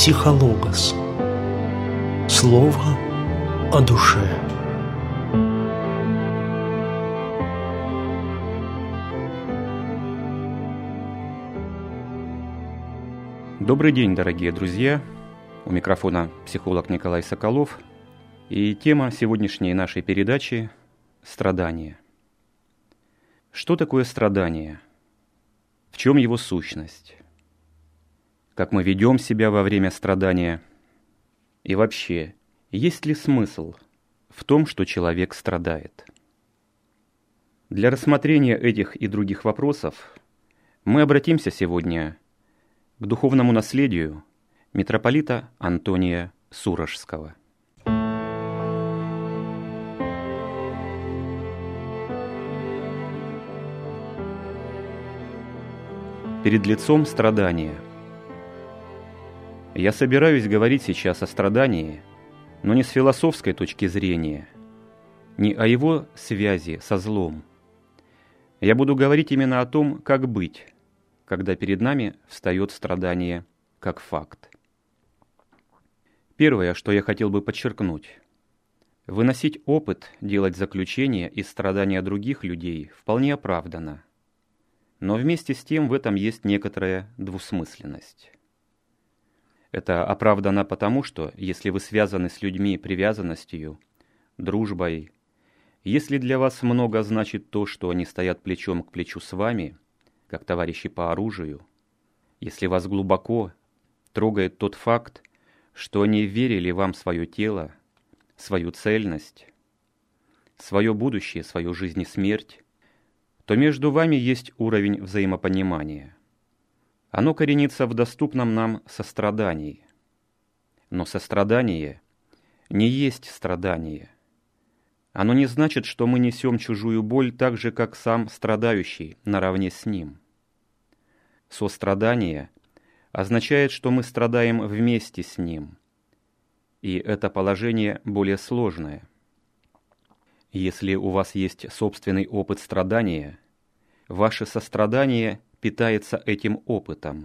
Психологос. Слово о душе. Добрый день, дорогие друзья! У микрофона психолог Николай Соколов. И тема сегодняшней нашей передачи – страдание. Что такое страдание? В чем его сущность? Как мы ведем себя во время страдания? И вообще, есть ли смысл в том, что человек страдает? Для рассмотрения этих и других вопросов мы обратимся сегодня к духовному наследию митрополита Антония Суражского. Перед лицом страдания. Я собираюсь говорить сейчас о страдании, но не с философской точки зрения, не о его связи со злом. Я буду говорить именно о том, как быть, когда перед нами встает страдание как факт. Первое, что я хотел бы подчеркнуть. Выносить опыт, делать заключения из страдания других людей вполне оправдано. Но вместе с тем в этом есть некоторая двусмысленность. Это оправдано потому, что если вы связаны с людьми привязанностью, дружбой, если для вас много значит то, что они стоят плечом к плечу с вами, как товарищи по оружию, если вас глубоко трогает тот факт, что они верили вам свое тело, свою цельность, свое будущее, свою жизнь и смерть, то между вами есть уровень взаимопонимания. Оно коренится в доступном нам сострадании. Но сострадание не есть страдание. Оно не значит, что мы несем чужую боль так же, как сам страдающий наравне с ним. Сострадание означает, что мы страдаем вместе с ним. И это положение более сложное. Если у вас есть собственный опыт страдания, ваше сострадание питается этим опытом.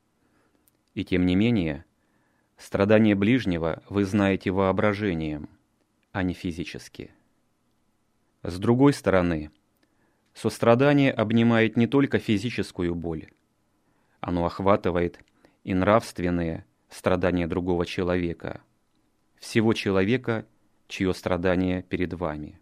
И тем не менее, страдание ближнего вы знаете воображением, а не физически. С другой стороны, сострадание обнимает не только физическую боль, оно охватывает и нравственные страдания другого человека, всего человека, чье страдание перед вами.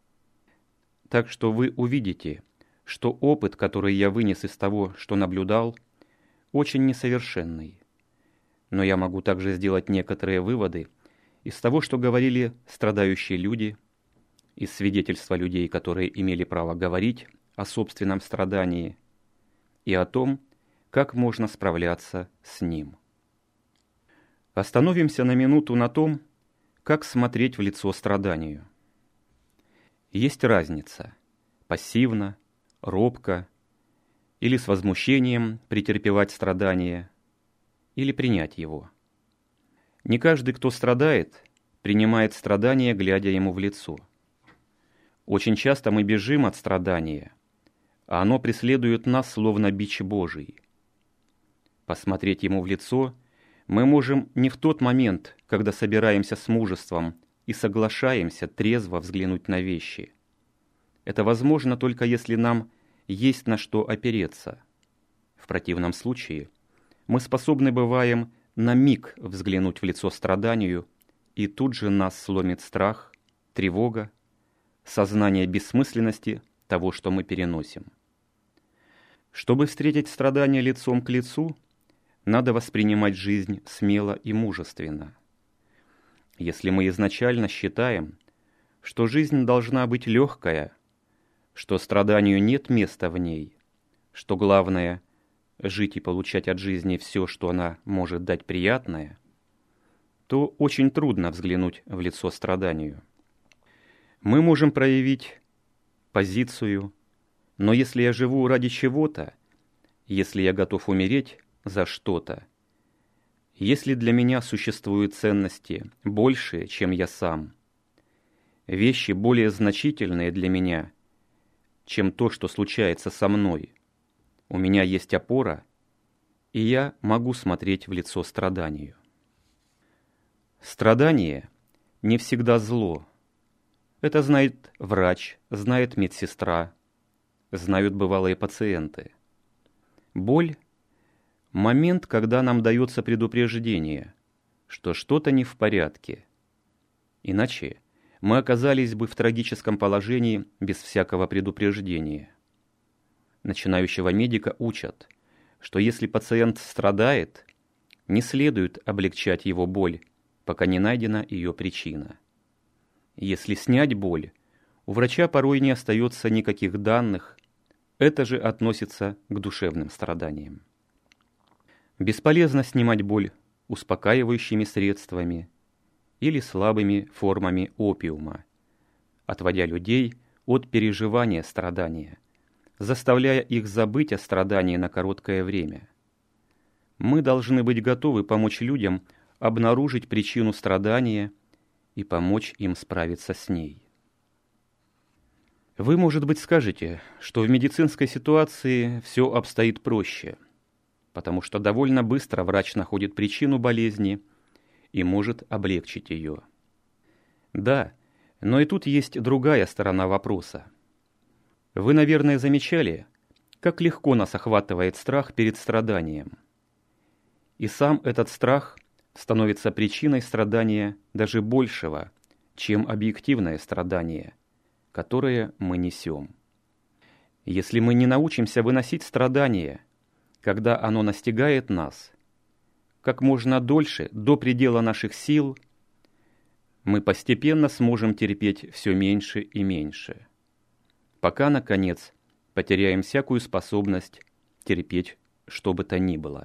Так что вы увидите, что опыт, который я вынес из того, что наблюдал, очень несовершенный. Но я могу также сделать некоторые выводы из того, что говорили страдающие люди, из свидетельства людей, которые имели право говорить о собственном страдании, и о том, как можно справляться с ним. Остановимся на минуту на том, как смотреть в лицо страданию. Есть разница – пассивно, робко или с возмущением претерпевать страдание, или принять его. Не каждый, кто страдает, принимает страдание, глядя ему в лицо. Очень часто мы бежим от страдания, а оно преследует нас, словно бич Божий. Посмотреть ему в лицо мы можем не в тот момент, когда собираемся с мужеством и соглашаемся трезво взглянуть на вещи. Это возможно только если нам есть на что опереться. В противном случае мы способны бываем на миг взглянуть в лицо страданию, и тут же нас сломит страх, тревога, сознание бессмысленности того, что мы переносим. Чтобы встретить страдание лицом к лицу, надо воспринимать жизнь смело и мужественно. Если мы изначально считаем, что жизнь должна быть легкая, что страданию нет места в ней, что главное – жить и получать от жизни все, что она может дать приятное, то очень трудно взглянуть в лицо страданию. Мы можем проявить позицию, но если я живу ради чего-то, если я готов умереть за что-то, если для меня существуют ценности большие, чем я сам, вещи более значительные для меня, чем то, что случается со мной, у меня есть опора, и я могу смотреть в лицо страданию. Страдание не всегда зло. Это знает врач, знает медсестра, знают бывалые пациенты. Боль – момент, когда нам дается предупреждение, что что-то не в порядке. Иначе мы оказались бы в трагическом положении без всякого предупреждения. Начинающего медика учат, что если пациент страдает, не следует облегчать его боль, пока не найдена ее причина. Если снять боль, у врача порой не остается никаких данных, это же относится к душевным страданиям. Бесполезно снимать боль успокаивающими средствами или слабыми формами опиума, отводя людей от переживания страдания, заставляя их забыть о страдании на короткое время. Мы должны быть готовы помочь людям обнаружить причину страдания и помочь им справиться с ней. Вы, может быть, скажете, что в медицинской ситуации все обстоит проще, потому что довольно быстро врач находит причину болезни и может облегчить ее. Да, но и тут есть другая сторона вопроса. Вы, наверное, замечали, как легко нас охватывает страх перед страданием. И сам этот страх становится причиной страдания даже большего, чем объективное страдание, которое мы несем. Если мы не научимся выносить страдание, когда оно настигает нас, как можно дольше, до предела наших сил, мы постепенно сможем терпеть все меньше и меньше, пока, наконец, потеряем всякую способность терпеть что бы то ни было.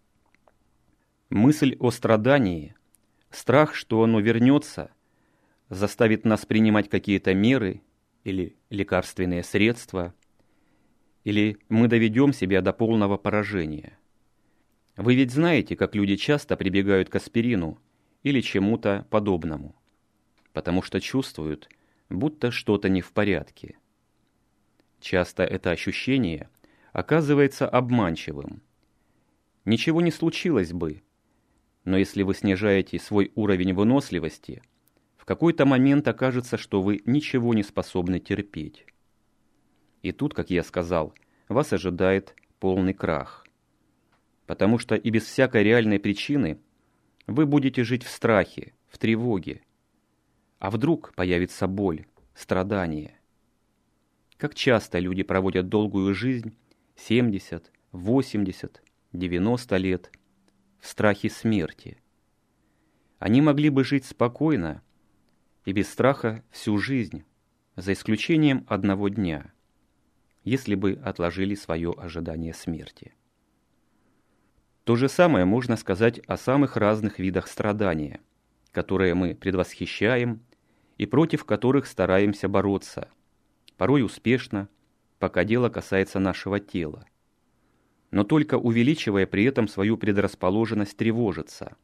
Мысль о страдании, страх, что оно вернется, заставит нас принимать какие-то меры или лекарственные средства, или мы доведем себя до полного поражения. Вы ведь знаете, как люди часто прибегают к аспирину или чему-то подобному, потому что чувствуют, будто что-то не в порядке. Часто это ощущение оказывается обманчивым. Ничего не случилось бы, но если вы снижаете свой уровень выносливости, в какой-то момент окажется, что вы ничего не способны терпеть. И тут, как я сказал, вас ожидает полный крах. Потому что и без всякой реальной причины вы будете жить в страхе, в тревоге. А вдруг появится боль, страдание? Как часто люди проводят долгую жизнь, 70, 80, 90 лет, в страхе смерти. Они могли бы жить спокойно и без страха всю жизнь, за исключением одного дня, если бы отложили свое ожидание смерти. То же самое можно сказать о самых разных видах страдания, которые мы предвосхищаем и против которых стараемся бороться, порой успешно, пока дело касается нашего тела, но только увеличивая при этом свою предрасположенность тревожиться.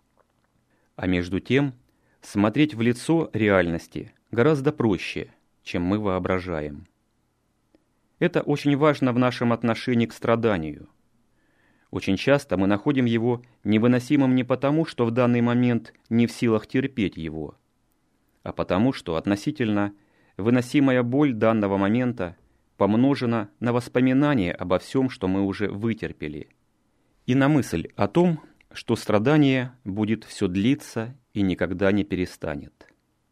А между тем, смотреть в лицо реальности гораздо проще, чем мы воображаем. Это очень важно в нашем отношении к страданию. Очень часто мы находим его невыносимым не потому, что в данный момент не в силах терпеть его, а потому, что относительно выносимая боль данного момента помножена на воспоминание обо всем, что мы уже вытерпели, и на мысль о том, что страдание будет все длиться и никогда не перестанет.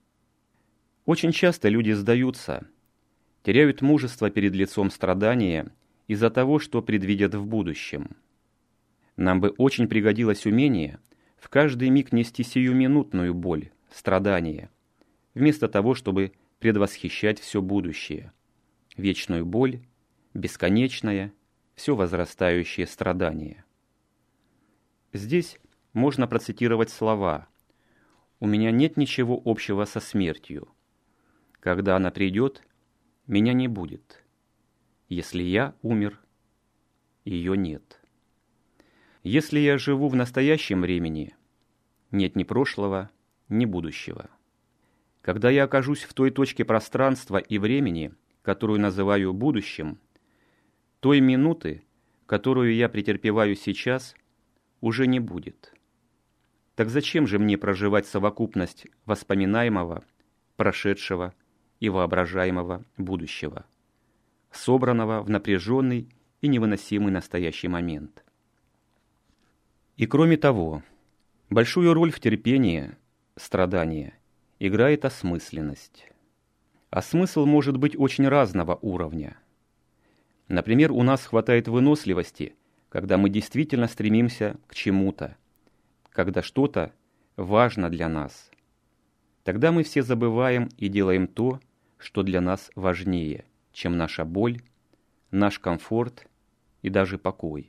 Очень часто люди сдаются, теряют мужество перед лицом страдания из-за того, что предвидят в будущем. Нам бы очень пригодилось умение в каждый миг нести сиюминутную боль, страдание, вместо того, чтобы предвосхищать все будущее, вечную боль, бесконечное, все возрастающее страдание. Здесь можно процитировать слова «У меня нет ничего общего со смертью. Когда она придет, меня не будет. Если я умер, ее нет. Если я живу в настоящем времени, нет ни прошлого, ни будущего. Когда я окажусь в той точке пространства и времени, которую называю будущим, той минуты, которую я претерпеваю сейчас, уже не будет. Так зачем же мне проживать совокупность воспоминаемого, прошедшего и воображаемого будущего, собранного в напряженный и невыносимый настоящий момент? И кроме того, большую роль в терпении, страдания играет осмысленность. А смысл может быть очень разного уровня. Например, у нас хватает выносливости, когда мы действительно стремимся к чему-то, когда что-то важно для нас. Тогда мы все забываем и делаем то, что для нас важнее, чем наша боль, наш комфорт и даже покой.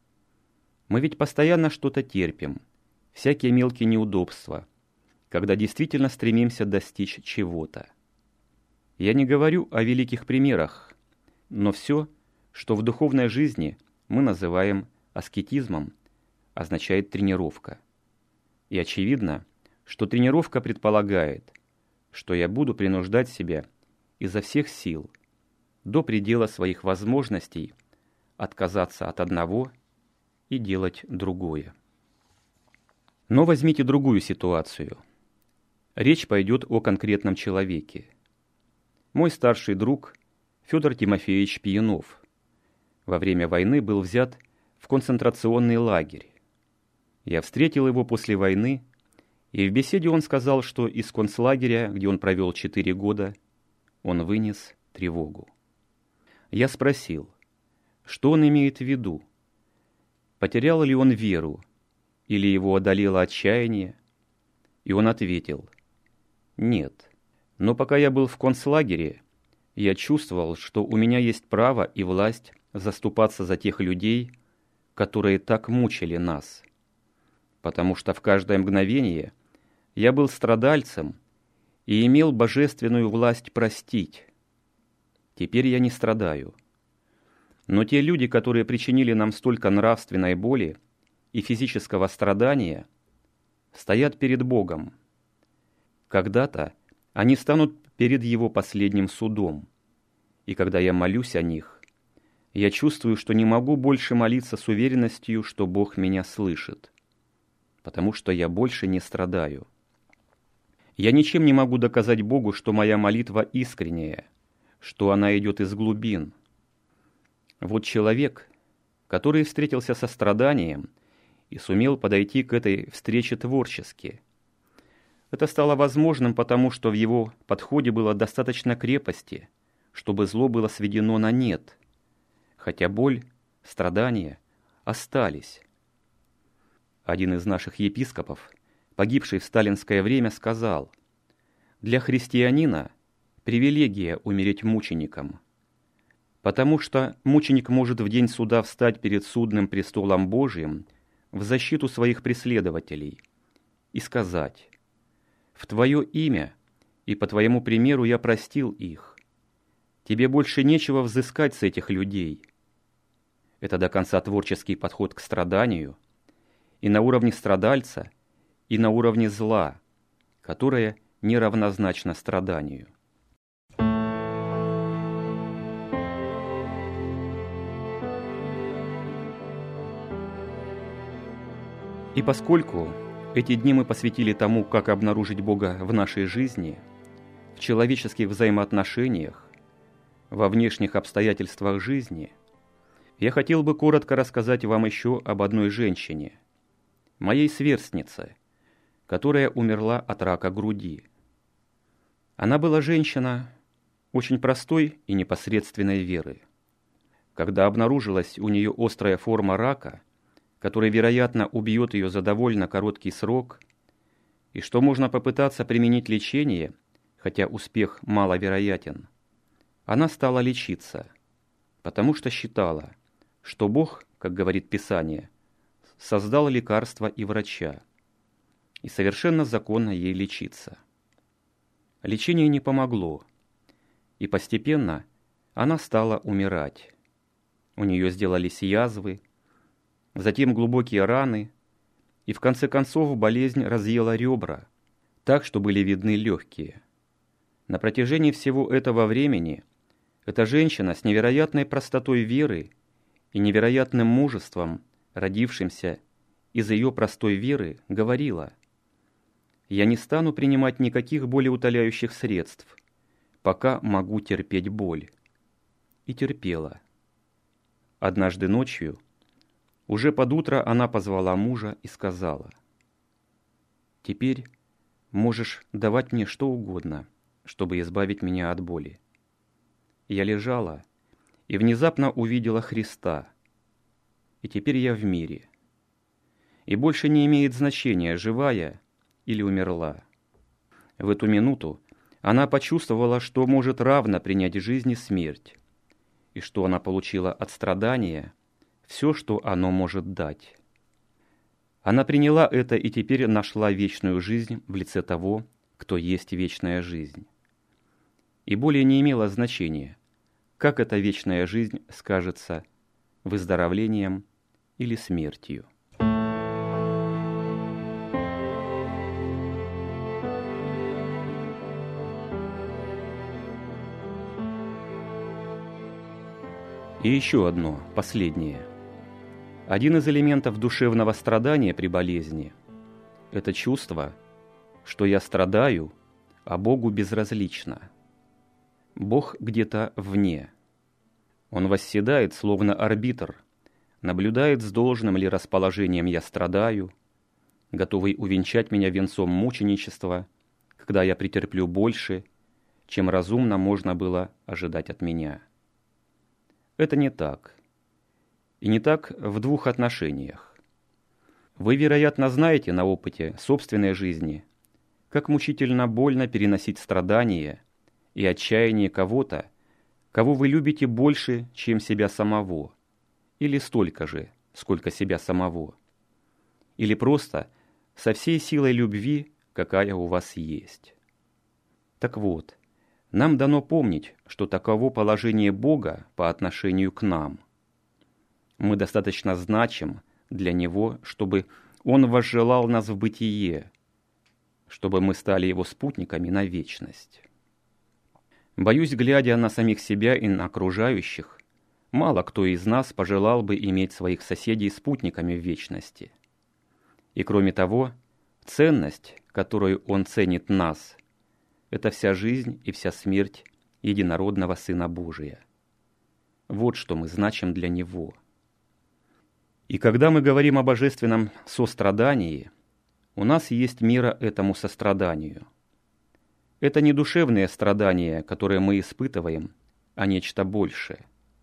Мы ведь постоянно что-то терпим, всякие мелкие неудобства, когда действительно стремимся достичь чего-то. Я не говорю о великих примерах, но все, что в духовной жизни мы называем аскетизмом, означает тренировка. И очевидно, что тренировка предполагает, что я буду принуждать себя изо всех сил, до предела своих возможностей, отказаться от одного и делать другое. Но возьмите другую ситуацию. Речь пойдет о конкретном человеке. Мой старший друг Федор Тимофеевич Пьянов во время войны был взят в концентрационный лагерь. Я встретил его после войны, и в беседе он сказал, что из концлагеря, где он провел 4 года, он вынес тревогу. Я спросил, что он имеет в виду? Потерял ли он веру, или его одолело отчаяние? И он ответил, нет, но пока я был в концлагере, я чувствовал, что у меня есть право и власть заступаться за тех людей, которые так мучили нас. Потому что в каждое мгновение я был страдальцем и имел божественную власть простить. Теперь я не страдаю. Но те люди, которые причинили нам столько нравственной боли и физического страдания, стоят перед Богом. Когда-то они станут перед Его последним судом. И когда я молюсь о них, я чувствую, что не могу больше молиться с уверенностью, что Бог меня слышит, потому что я больше не страдаю. Я ничем не могу доказать Богу, что моя молитва искренняя, что она идет из глубин. Вот человек, который встретился со страданием и сумел подойти к этой встрече творчески. Это стало возможным, потому что в его подходе было достаточно крепости, чтобы зло было сведено на нет, хотя боль, страдания остались. Один из наших епископов, погибший в сталинское время, сказал: «Для христианина привилегия умереть мучеником, потому что мученик может в день суда встать перед судным престолом Божиим в защиту своих преследователей и сказать: в Твое имя и по Твоему примеру я простил их. Тебе больше нечего взыскать с этих людей». Это до конца творческий подход к страданию, и на уровне страдальца, и на уровне зла, которое неравнозначно страданию. И поскольку эти дни мы посвятили тому, как обнаружить Бога в нашей жизни, в человеческих взаимоотношениях, во внешних обстоятельствах жизни, я хотел бы коротко рассказать вам еще об одной женщине, моей сверстнице, которая умерла от рака груди. Она была женщина очень простой и непосредственной веры. Когда обнаружилась у нее острая форма рака, который, вероятно, убьет ее за довольно короткий срок, и что можно попытаться применить лечение, хотя успех маловероятен, она стала лечиться, потому что считала, что Бог, как говорит Писание, создал лекарство и врача, и совершенно законно ей лечиться. Лечение не помогло, и постепенно она стала умирать. У нее сделались язвы, затем глубокие раны, и в конце концов болезнь разъела ребра, так что были видны легкие. На протяжении всего этого времени эта женщина с невероятной простотой веры и невероятным мужеством, родившимся из ее простой веры говорила: «Я не стану принимать никаких болеутоляющих средств, пока могу терпеть боль». И терпела. Однажды ночью, уже под утро, она позвала мужа и сказала: «Теперь можешь давать мне что угодно, чтобы избавить меня от боли». Я лежала и внезапно увидела Христа, и теперь я в мире. И больше не имеет значения, жива я или умерла. В эту минуту она почувствовала, что может равно принять жизнь и смерть, и что она получила от страдания все, что оно может дать. Она приняла это и теперь нашла вечную жизнь в лице того, кто есть вечная жизнь. И более не имело значения, как эта вечная жизнь скажется выздоровлением или смертью. И еще одно, последнее. Один из элементов душевного страдания при болезни – это чувство, что я страдаю, а Богу безразлично. Бог где-то вне. Он восседает, словно арбитр, наблюдает, с должным ли расположением я страдаю, готовый увенчать меня венцом мученичества, когда я претерплю больше, чем разумно можно было ожидать от меня. Это не так. И не так в двух отношениях. Вы, вероятно, знаете на опыте собственной жизни, как мучительно больно переносить страдания и отчаяние кого-то, кого вы любите больше, чем себя самого, или столько же, сколько себя самого, или просто со всей силой любви, какая у вас есть. Так вот, нам дано помнить, что таково положение Бога по отношению к нам. Мы достаточно значим для Него, чтобы Он возжелал нас в бытие, чтобы мы стали Его спутниками на вечность. Боюсь, глядя на самих себя и на окружающих, мало кто из нас пожелал бы иметь своих соседей спутниками в вечности. И кроме того, ценность, которую Он ценит нас, это вся жизнь и вся смерть единородного Сына Божия. Вот что мы значим для Него. И когда мы говорим о божественном сострадании, у нас есть мера этому состраданию. Это не душевные страдания, которые мы испытываем, а нечто большее.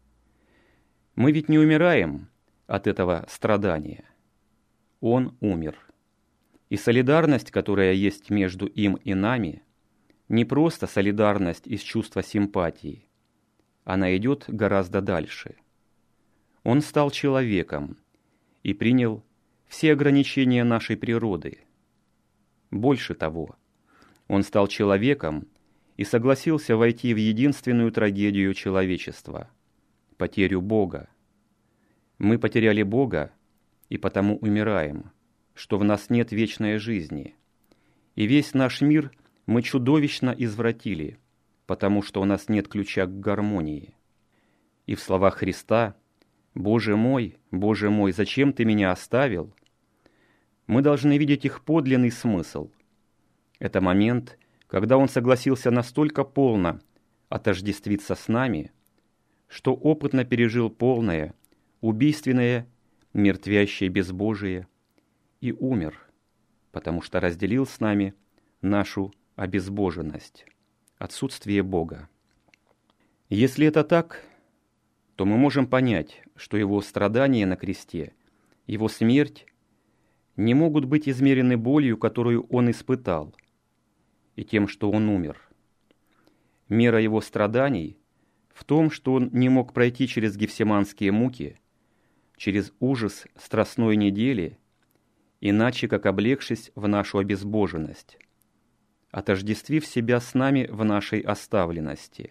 Мы ведь не умираем от этого страдания. Он умер. И солидарность, которая есть между им и нами, не просто солидарность из чувства симпатии. Она идет гораздо дальше. Он стал человеком и принял все ограничения нашей природы. Больше того, он стал человеком и согласился войти в единственную трагедию человечества – потерю Бога. Мы потеряли Бога и потому умираем, что в нас нет вечной жизни. И весь наш мир мы чудовищно извратили, потому что у нас нет ключа к гармонии. И в словах Христа Боже мой, зачем ты меня оставил?» мы должны видеть их подлинный смысл. Это момент, когда Он согласился настолько полно отождествиться с нами, что опытно пережил полное, убийственное, мертвящее безбожие и умер, потому что разделил с нами нашу обезбоженность, отсутствие Бога. Если это так, то мы можем понять, что Его страдания на кресте, Его смерть не могут быть измерены болью, которую Он испытал, и тем, что Он умер. Мера Его страданий в том, что Он не мог пройти через гефсиманские муки, через ужас страстной недели, иначе как облегшись в нашу обезбоженность, отождествив себя с нами в нашей оставленности.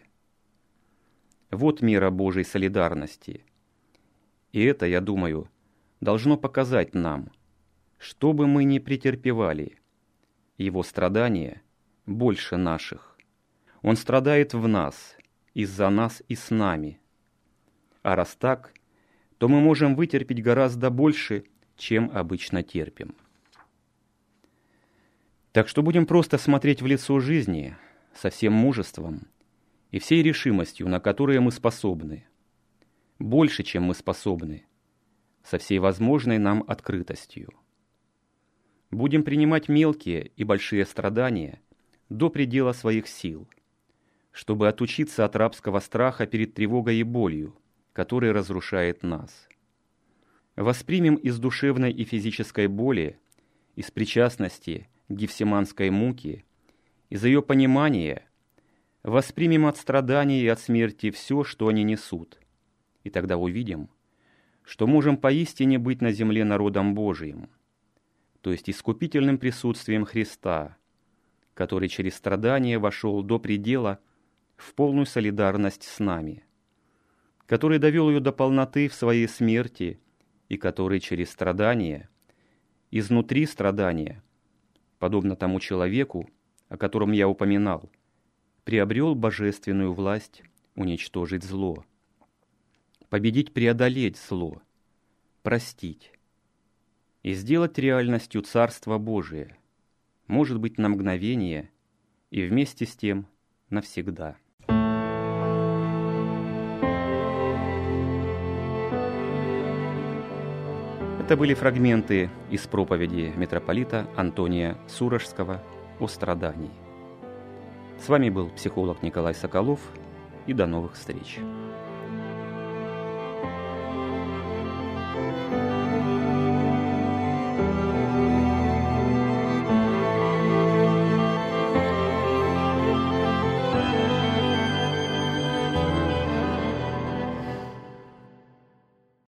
Вот мера Божьей солидарности. И это, я думаю, должно показать нам, что бы мы ни претерпевали, Его страдания больше наших. Он страдает в нас, из-за нас и с нами. А раз так, то мы можем вытерпеть гораздо больше чем обычно терпим. Так что будем просто смотреть в лицо жизни со всем мужеством и всей решимостью, на которые мы способны, больше, чем мы способны, со всей возможной нам открытостью. Будем принимать мелкие и большие страдания до предела своих сил, чтобы отучиться от рабского страха перед тревогой и болью, который разрушает нас. Воспримем из душевной и физической боли, из причастности к гефсиманской муке, из ее понимания, воспримем от страданий и от смерти все, что они несут, и тогда увидим, что можем поистине быть на земле народом Божиим, то есть искупительным присутствием Христа, который через страдания вошел до предела в полную солидарность с нами, который довел ее до полноты в своей смерти и который через страдания, изнутри страдания, подобно тому человеку, о котором я упоминал, приобрел божественную власть уничтожить зло, победить, преодолеть зло, простить и сделать реальностью Царство Божие, может быть, на мгновение и вместе с тем навсегда. Это были фрагменты из проповеди митрополита Антония Сурожского о страдании. С вами был психолог Николай Соколов, и до новых встреч.